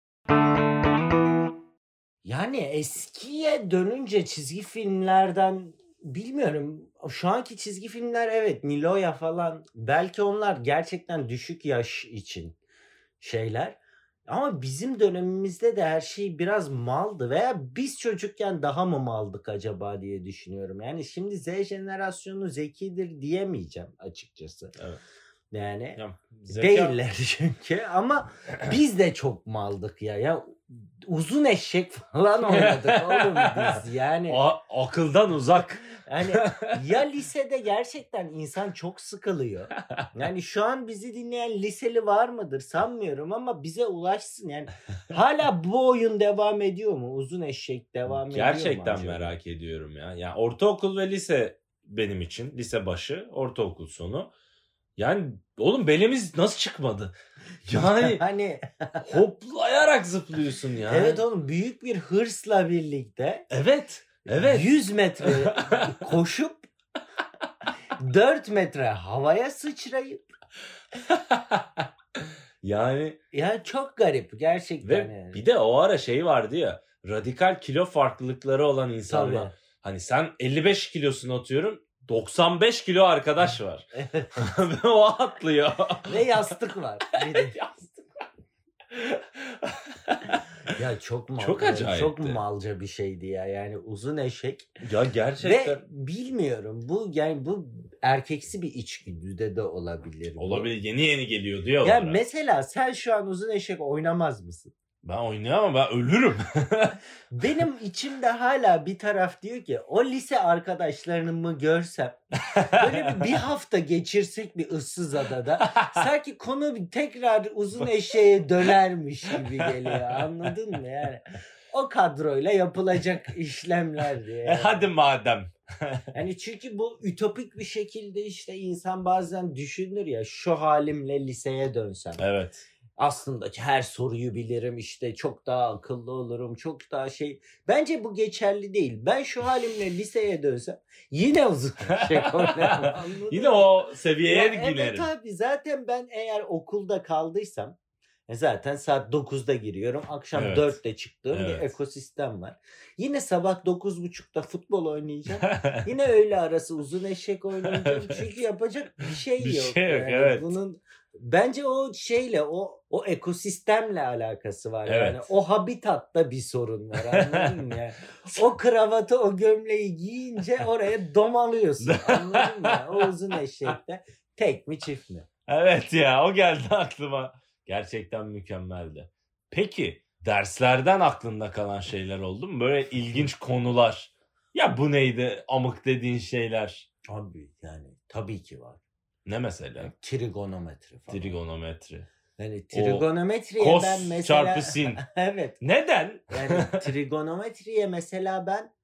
[SPEAKER 1] Yani eskiye dönünce çizgi filmlerden bilmiyorum. Şu anki çizgi filmler evet Niloya falan belki onlar gerçekten düşük yaş için şeyler. Ama bizim dönemimizde de her şey biraz maldı veya biz çocukken daha mı maldık acaba diye düşünüyorum. Yani şimdi Z jenerasyonu zekidir diyemeyeceğim açıkçası.
[SPEAKER 2] Evet.
[SPEAKER 1] Yani
[SPEAKER 2] Ya, zeka-
[SPEAKER 1] değiller çünkü ama biz de çok maldık ya. Ya uzun eşek falan oynadık oğlum biz yani.
[SPEAKER 2] A- akıldan uzak.
[SPEAKER 1] Yani ya lisede gerçekten insan çok sıkılıyor. Yani şu an bizi dinleyen liseli var mıdır sanmıyorum ama bize ulaşsın. Yani hala bu oyun devam ediyor mu? Uzun eşek devam ediyor mu
[SPEAKER 2] Gerçekten
[SPEAKER 1] acaba?
[SPEAKER 2] merak ediyorum ya. Yani ortaokul ve lise benim için. Lise başı, ortaokul sonu. Yani oğlum belimiz nasıl çıkmadı? Yani
[SPEAKER 1] Hani
[SPEAKER 2] hoplayarak zıplıyorsun ya.
[SPEAKER 1] evet oğlum büyük bir hırsla birlikte
[SPEAKER 2] Evet. Evet.
[SPEAKER 1] yüz metre koşup dört metre havaya sıçrayıp
[SPEAKER 2] Yani
[SPEAKER 1] ya çok garip gerçekten.
[SPEAKER 2] ve
[SPEAKER 1] yani.
[SPEAKER 2] bir de o ara şey vardı ya. Radikal kilo farklılıkları olan insanlar.
[SPEAKER 1] Tabii.
[SPEAKER 2] Hani sen elli beş kilosun atıyorum. doksan beş kilo arkadaş var.
[SPEAKER 1] Evet.
[SPEAKER 2] Ve o atlıyor.
[SPEAKER 1] Ve yastık var. Bir de.
[SPEAKER 2] Yastık.
[SPEAKER 1] Ya çok mal.
[SPEAKER 2] Çok acayipti.
[SPEAKER 1] Çok malca bir şeydi ya. Yani uzun eşek.
[SPEAKER 2] Ya gerçekten.
[SPEAKER 1] Ve bilmiyorum bu yani bu erkeksi bir içgüdüde de olabilir. bu.
[SPEAKER 2] Olabilir. Yeni yeni geliyor diyor.
[SPEAKER 1] Ya mesela sen şu an uzun eşek oynamaz mısın?
[SPEAKER 2] Ben oynayamam, ben ölürüm.
[SPEAKER 1] Benim içimde hala bir taraf diyor ki o lise arkadaşlarımı görsem böyle bir, bir hafta geçirsek bir ıssız adada sanki konu bir tekrar uzun eşeğe dönermiş gibi geliyor, anladın mı yani? O kadroyla yapılacak işlemler diye.
[SPEAKER 2] E hadi madem.
[SPEAKER 1] Yani çünkü bu ütopik bir şekilde işte insan bazen düşünür ya, şu halimle liseye dönsem.
[SPEAKER 2] Evet.
[SPEAKER 1] Aslında her soruyu bilirim, işte çok daha akıllı olurum, çok daha şey. Bence bu geçerli değil. Ben şu halimle liseye dönsem yine uzun şey oynarım.
[SPEAKER 2] Yine o seviyeye
[SPEAKER 1] Ya
[SPEAKER 2] giderim.
[SPEAKER 1] evet abi, zaten ben eğer okulda kaldıysam e zaten saat dokuzda giriyorum. Akşam
[SPEAKER 2] Evet.
[SPEAKER 1] dörtte çıktığım
[SPEAKER 2] Evet.
[SPEAKER 1] bir ekosistem var. Yine sabah dokuz buçukta futbol oynayacağım. Yine öğle arası uzun eşek oynayacağım. Çünkü yapacak bir şey
[SPEAKER 2] Bir
[SPEAKER 1] yok.
[SPEAKER 2] şey yok,
[SPEAKER 1] yani.
[SPEAKER 2] evet.
[SPEAKER 1] Bunun bence o şeyle, o o ekosistemle alakası var.
[SPEAKER 2] Evet.
[SPEAKER 1] Yani o habitatta bir sorun var, anladın mı? Yani o kravatı, o gömleği giyince oraya domalıyorsun. Anladın mı? Yani o uzun eşekte tek mi çift mi?
[SPEAKER 2] Evet ya, o geldi aklıma. Gerçekten mükemmeldi. Peki derslerden aklında kalan şeyler oldu mu? Böyle ilginç konular. Ya bu neydi amık dediğin şeyler.
[SPEAKER 1] Abi yani tabii ki var.
[SPEAKER 2] Ne mesela?
[SPEAKER 1] Trigonometri falan.
[SPEAKER 2] Trigonometri.
[SPEAKER 1] Yani trigonometriye
[SPEAKER 2] Kos
[SPEAKER 1] ben mesela...
[SPEAKER 2] çarpı sin.
[SPEAKER 1] Evet.
[SPEAKER 2] Neden?
[SPEAKER 1] Yani trigonometriye mesela ben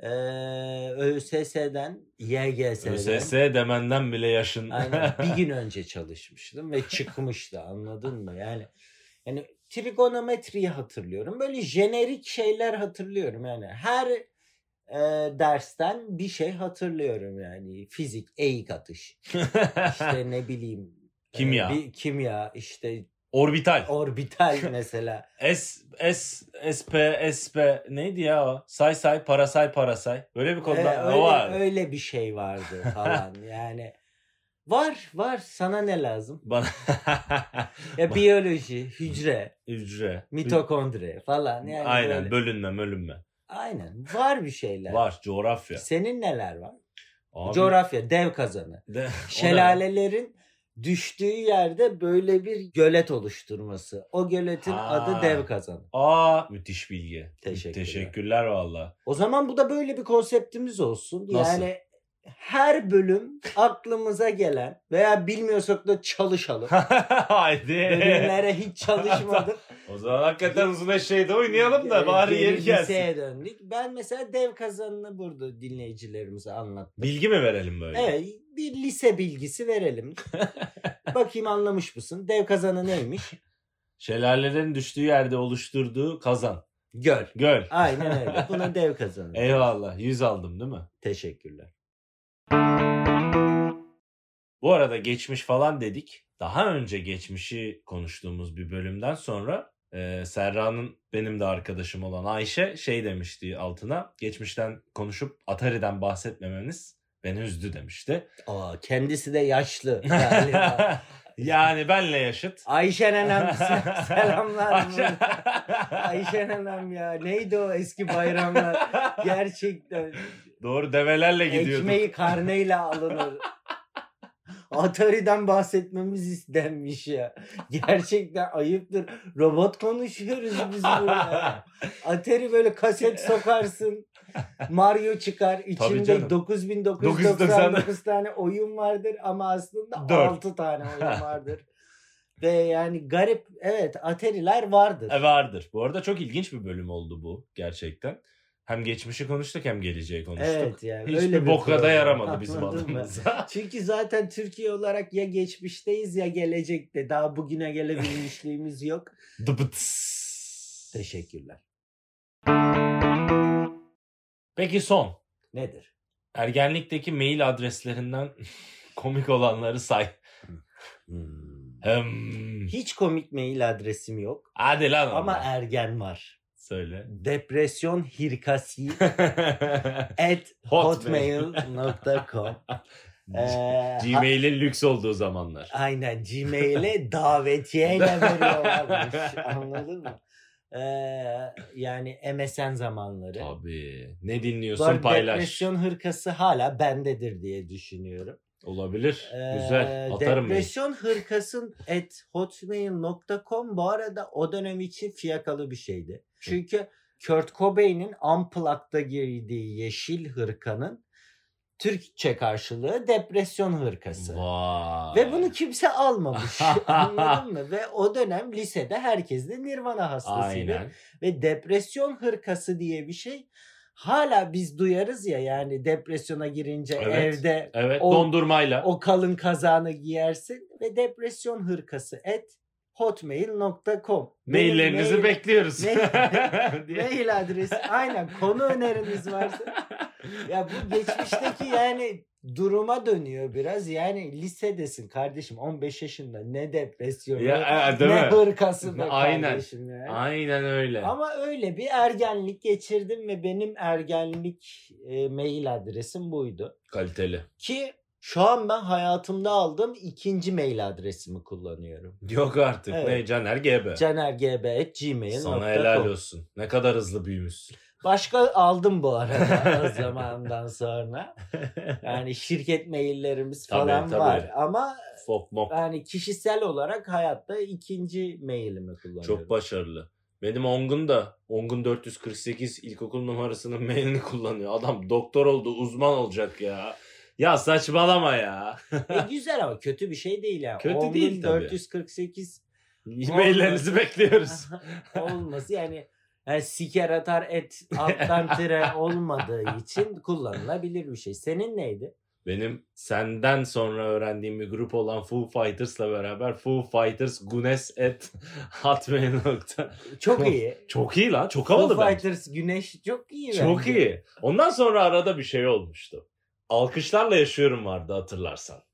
[SPEAKER 1] eee ÖSS'den, Y G S'den
[SPEAKER 2] ÖSS demenden bile yaşın.
[SPEAKER 1] aynen bir gün önce çalışmıştım ve çıkmıştı, anladın mı? Yani yani trigonometriyi hatırlıyorum. Böyle jenerik şeyler hatırlıyorum yani. Her e, dersten bir şey hatırlıyorum yani. Fizik, eğik atış. İşte ne bileyim. e,
[SPEAKER 2] Kimya.
[SPEAKER 1] bir kimya, işte
[SPEAKER 2] Orbital.
[SPEAKER 1] Orbital mesela.
[SPEAKER 2] S, S, SP, SP neydi ya o? Say say, parasay, parasay. Böyle bir konuda
[SPEAKER 1] Ee,
[SPEAKER 2] o
[SPEAKER 1] öyle,
[SPEAKER 2] var.
[SPEAKER 1] öyle bir şey vardı falan yani. Var var, sana ne lazım?
[SPEAKER 2] Bana
[SPEAKER 1] Ya biyoloji, hücre,
[SPEAKER 2] hücre,
[SPEAKER 1] mitokondri falan yani.
[SPEAKER 2] aynen,
[SPEAKER 1] böyle.
[SPEAKER 2] bölünme, bölünme.
[SPEAKER 1] Aynen, var bir şeyler.
[SPEAKER 2] Var, coğrafya.
[SPEAKER 1] Senin neler var?
[SPEAKER 2] Abi,
[SPEAKER 1] Coğrafya, dev kazanı.
[SPEAKER 2] de,
[SPEAKER 1] Şelalelerin düştüğü yerde böyle bir gölet oluşturması. O göletin
[SPEAKER 2] Ha.
[SPEAKER 1] adı dev kazanı.
[SPEAKER 2] Aa, müthiş bilgi.
[SPEAKER 1] Teşekkürler.
[SPEAKER 2] Teşekkürler valla.
[SPEAKER 1] O zaman bu da böyle bir konseptimiz olsun.
[SPEAKER 2] Nasıl?
[SPEAKER 1] Yani her bölüm aklımıza gelen veya bilmiyorsak da çalışalım.
[SPEAKER 2] Haydi.
[SPEAKER 1] Bölümlere hiç çalışmadık.
[SPEAKER 2] O zaman hakikaten uzun eşeğde oynayalım da
[SPEAKER 1] Ee,
[SPEAKER 2] bari
[SPEAKER 1] geri
[SPEAKER 2] yeri gelsin.
[SPEAKER 1] liseye döndük. Ben mesela dev kazanını burada dinleyicilerimize anlattım.
[SPEAKER 2] Bilgi mi verelim böyle?
[SPEAKER 1] Evet, bir lise bilgisi verelim. Bakayım anlamış mısın? Dev kazanı neymiş?
[SPEAKER 2] Şelalelerin düştüğü yerde oluşturduğu kazan.
[SPEAKER 1] Göl.
[SPEAKER 2] Göl.
[SPEAKER 1] Aynen öyle. Buna dev kazanı.
[SPEAKER 2] Eyvallah. Yüz aldım değil mi?
[SPEAKER 1] Teşekkürler.
[SPEAKER 2] Bu arada geçmiş falan dedik. Daha önce geçmişi konuştuğumuz bir bölümden sonra e, Serra'nın benim de arkadaşım olan Ayşe şey demişti altına. Geçmişten konuşup Atari'den bahsetmemeniz beni üzdü demişti.
[SPEAKER 1] Aa, kendisi de yaşlı galiba.
[SPEAKER 2] Yani benle yaşıt.
[SPEAKER 1] Ayşe nenem selamlar.
[SPEAKER 2] Ayşe-
[SPEAKER 1] Ayşe nenem ya. Neydi o eski bayramlar? Gerçekten.
[SPEAKER 2] Doğru, develerle gidiyorduk.
[SPEAKER 1] Ekmeği karneyle alınır. Atari'den bahsetmemiz istenmiş ya. Gerçekten ayıptır. Robot konuşuyoruz biz burada. Atari böyle kaset sokarsın. Mario çıkar.
[SPEAKER 2] Tabii
[SPEAKER 1] İçinde
[SPEAKER 2] canım.
[SPEAKER 1] dokuz bin dokuz yüz doksan dokuz
[SPEAKER 2] dokuz yüz doksan
[SPEAKER 1] tane oyun vardır ama aslında
[SPEAKER 2] Dört.
[SPEAKER 1] altı tane oyun vardır. Ve yani garip, evet, Atari'ler vardır.
[SPEAKER 2] E, vardır. Bu arada çok ilginç bir bölüm oldu bu gerçekten. Hem geçmişi konuştuk hem geleceği konuştuk.
[SPEAKER 1] Evet yani.
[SPEAKER 2] Hiçbir
[SPEAKER 1] öyle bir
[SPEAKER 2] boka da
[SPEAKER 1] program.
[SPEAKER 2] yaramadı bizim
[SPEAKER 1] Anladın mı?
[SPEAKER 2] adımıza.
[SPEAKER 1] Çünkü zaten Türkiye olarak ya geçmişteyiz ya gelecekte. Daha bugüne gelebilmişliğimiz yok.
[SPEAKER 2] Dıbıtıs.
[SPEAKER 1] Teşekkürler.
[SPEAKER 2] Peki son.
[SPEAKER 1] Nedir?
[SPEAKER 2] Ergenlikteki mail adreslerinden komik olanları say.
[SPEAKER 1] Hmm.
[SPEAKER 2] Hmm.
[SPEAKER 1] Hiç komik mail adresim yok.
[SPEAKER 2] Hadi lan
[SPEAKER 1] Ama
[SPEAKER 2] ama.
[SPEAKER 1] ergen var.
[SPEAKER 2] Söyle.
[SPEAKER 1] Depresyon hirkasi at
[SPEAKER 2] Hotmail.
[SPEAKER 1] hotmail nokta com. Ee,
[SPEAKER 2] Gmail'in lüks olduğu zamanlar.
[SPEAKER 1] Aynen, Gmail'e davetiyeyle veriyorlarmış. Anladın mı? Ee, yani M S N zamanları.
[SPEAKER 2] Tabii. Ne
[SPEAKER 1] Bu
[SPEAKER 2] dinliyorsun
[SPEAKER 1] arada
[SPEAKER 2] paylaş.
[SPEAKER 1] depresyon hırkası hala bendedir diye düşünüyorum.
[SPEAKER 2] Olabilir.
[SPEAKER 1] Ee,
[SPEAKER 2] Güzel. Atarım mail.
[SPEAKER 1] Depresyon hırkasın at hotmail nokta com bu arada o dönem için fiyakalı bir şeydi. Çünkü Kurt Cobain'in Unplugged'da giydiği yeşil hırkanın Türkçe karşılığı depresyon hırkası.
[SPEAKER 2] Vay.
[SPEAKER 1] Ve bunu kimse almamış. Anladın mı? Ve o dönem lisede herkes de Nirvana hastasıydı.
[SPEAKER 2] Aynen.
[SPEAKER 1] Ve depresyon hırkası diye bir şey hala biz duyarız ya, yani depresyona girince
[SPEAKER 2] Evet.
[SPEAKER 1] evde
[SPEAKER 2] Evet.
[SPEAKER 1] o,
[SPEAKER 2] Dondurmayla.
[SPEAKER 1] o kalın kazağını giyersin ve depresyon hırkası at hotmail nokta com.
[SPEAKER 2] Maillerinizi
[SPEAKER 1] Mail-
[SPEAKER 2] bekliyoruz.
[SPEAKER 1] Mail-
[SPEAKER 2] diye.
[SPEAKER 1] Mail adresi aynen, konu öneriniz varsa. Ya bu geçmişteki yani duruma dönüyor biraz. Yani lisedesin kardeşim, on beş yaşında, ne depresyonu,
[SPEAKER 2] Ya, e, değil
[SPEAKER 1] ne
[SPEAKER 2] mi?
[SPEAKER 1] hırkası be
[SPEAKER 2] Aynen.
[SPEAKER 1] kardeşim yani.
[SPEAKER 2] Aynen öyle.
[SPEAKER 1] Ama öyle bir ergenlik geçirdim ve benim ergenlik e, mail adresim buydu.
[SPEAKER 2] Kaliteli.
[SPEAKER 1] Ki şu an ben hayatımda aldığım ikinci mail adresimi kullanıyorum.
[SPEAKER 2] Yok artık.
[SPEAKER 1] Evet.
[SPEAKER 2] Ne Caner G B.
[SPEAKER 1] canergb at gmail nokta com.
[SPEAKER 2] Sana helal olsun. Ne kadar hızlı büyümüşsün.
[SPEAKER 1] Başka aldım bu arada o zamandan sonra. Yani şirket maillerimiz
[SPEAKER 2] Tabii,
[SPEAKER 1] falan
[SPEAKER 2] tabii.
[SPEAKER 1] var ama
[SPEAKER 2] Fok mok.
[SPEAKER 1] yani kişisel olarak hayatta ikinci mailimi kullanıyorum.
[SPEAKER 2] Çok başarılı. Benim Ongun da Ongun dört yüz kırk sekiz ilkokul numarasının mailini kullanıyor. Adam doktor oldu, uzman olacak ya. Ya saçmalama ya.
[SPEAKER 1] E güzel ama kötü bir şey değil yani.
[SPEAKER 2] Kötü
[SPEAKER 1] Onun
[SPEAKER 2] değil tabii.
[SPEAKER 1] dört yüz kırk sekiz
[SPEAKER 2] Maillerinizi bekliyoruz.
[SPEAKER 1] olması yani, yani siker atar et alttan tire olmadığı için kullanılabilir bir şey. Senin neydi?
[SPEAKER 2] Benim senden sonra öğrendiğim bir grup olan Foo Fighters'la beraber Foo Fighters Gunes at hotmail nokta com.
[SPEAKER 1] Çok iyi.
[SPEAKER 2] Çok iyi lan. Çok
[SPEAKER 1] Foo
[SPEAKER 2] havalı bence.
[SPEAKER 1] Fighters Güneş çok iyi
[SPEAKER 2] Çok
[SPEAKER 1] bence.
[SPEAKER 2] iyi. Ondan sonra arada bir şey olmuştu. Alkışlarla yaşıyorum vardı hatırlarsan.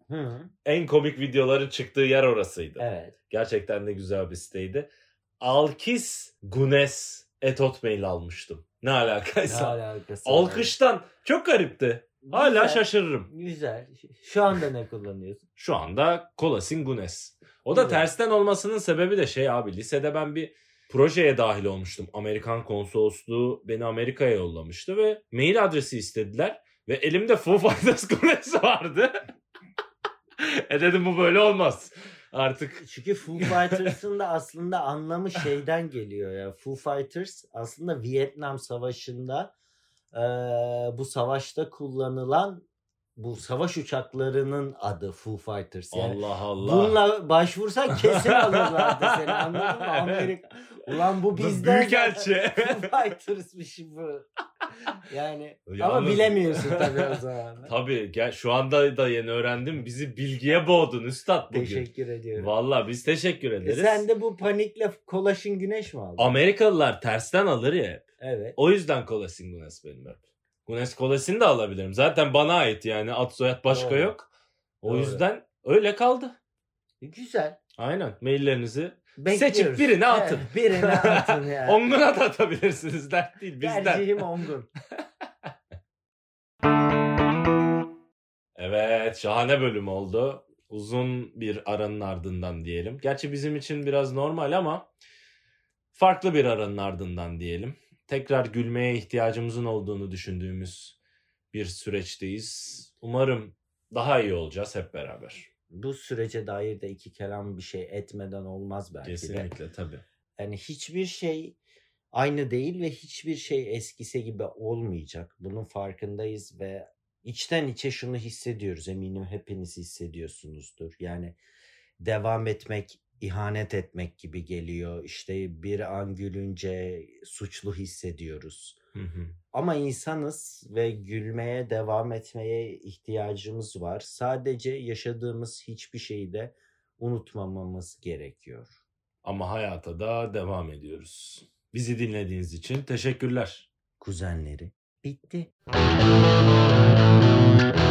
[SPEAKER 1] Hı.
[SPEAKER 2] En komik videoların çıktığı yer orasıydı.
[SPEAKER 1] Evet.
[SPEAKER 2] Gerçekten de güzel bir siteydi. Alkis Gunes et hotmail almıştım. Ne
[SPEAKER 1] Ne
[SPEAKER 2] alakaysa.
[SPEAKER 1] alakası var?
[SPEAKER 2] Alkıştan. Çok garipti. Hala
[SPEAKER 1] Güzel,
[SPEAKER 2] şaşırırım.
[SPEAKER 1] Güzel. Şu anda ne kullanıyorsun?
[SPEAKER 2] Şu anda Colasin Gunes. O da
[SPEAKER 1] Güzel.
[SPEAKER 2] tersten olmasının sebebi de şey abi. Lisede ben bir projeye dahil olmuştum. Amerikan konsolosluğu beni Amerika'ya yollamıştı ve mail adresi istediler. Ve elimde Foo Fighters Gunes vardı. e dedim bu böyle olmaz. Artık
[SPEAKER 1] Çünkü Foo Fighters'ın da aslında anlamı şeyden geliyor ya. Foo Fighters aslında Vietnam Savaşı'nda eee, bu savaşta kullanılan bu savaş uçaklarının adı Foo Fighters. Yani
[SPEAKER 2] Allah Allah.
[SPEAKER 1] bununla başvursan kesin alırlardı seni, anladın mı? Amerika. Ulan bu bizden.
[SPEAKER 2] Büyükelçi.
[SPEAKER 1] Foo Fighters'mış bu. Yani ama
[SPEAKER 2] Yalnız-
[SPEAKER 1] bilemiyorsun tabii o zaman.
[SPEAKER 2] Tabii gel, şu anda da yeni öğrendim. Bizi bilgiye boğdun üstad bugün.
[SPEAKER 1] Teşekkür ediyorum.
[SPEAKER 2] Vallahi biz teşekkür
[SPEAKER 1] E
[SPEAKER 2] ederiz.
[SPEAKER 1] sen de bu panikle Kolaşın Güneş mi aldın?
[SPEAKER 2] Amerikalılar tersten alır ya hep.
[SPEAKER 1] Evet.
[SPEAKER 2] O yüzden Colasin Gunes benim hep. Gunes Colasin de alabilirim. Zaten bana ait yani. Ad soyad başka
[SPEAKER 1] Doğru.
[SPEAKER 2] yok. O
[SPEAKER 1] Doğru.
[SPEAKER 2] yüzden öyle kaldı.
[SPEAKER 1] Güzel.
[SPEAKER 2] Aynen. Maillerinizi
[SPEAKER 1] Bekliyoruz.
[SPEAKER 2] seçip birine atın.
[SPEAKER 1] Evet, birine atın ya.
[SPEAKER 2] Ongun'a da atabilirsiniz. Dert değil bizden.
[SPEAKER 1] Tercihim Ongun.
[SPEAKER 2] Evet, şahane bölüm oldu. Uzun bir aranın ardından diyelim. Gerçi bizim için biraz normal ama farklı bir aranın ardından diyelim. Tekrar gülmeye ihtiyacımızın olduğunu düşündüğümüz bir süreçteyiz. Umarım daha iyi olacağız hep beraber.
[SPEAKER 1] Bu sürece dair de iki kelam bir şey etmeden olmaz belki de.
[SPEAKER 2] Kesinlikle tabii.
[SPEAKER 1] Yani hiçbir şey aynı değil ve hiçbir şey eskisi gibi olmayacak. Bunun farkındayız ve içten içe şunu hissediyoruz. Eminim hepiniz hissediyorsunuzdur. Yani devam etmek, ihanet etmek gibi geliyor. İşte bir an gülünce suçlu hissediyoruz.
[SPEAKER 2] Hı hı.
[SPEAKER 1] Ama insanız ve gülmeye devam etmeye ihtiyacımız var. Sadece yaşadığımız hiçbir şeyi de unutmamamız gerekiyor.
[SPEAKER 2] Ama hayata da devam ediyoruz. Bizi dinlediğiniz için teşekkürler.
[SPEAKER 1] Kuzenleri bitti.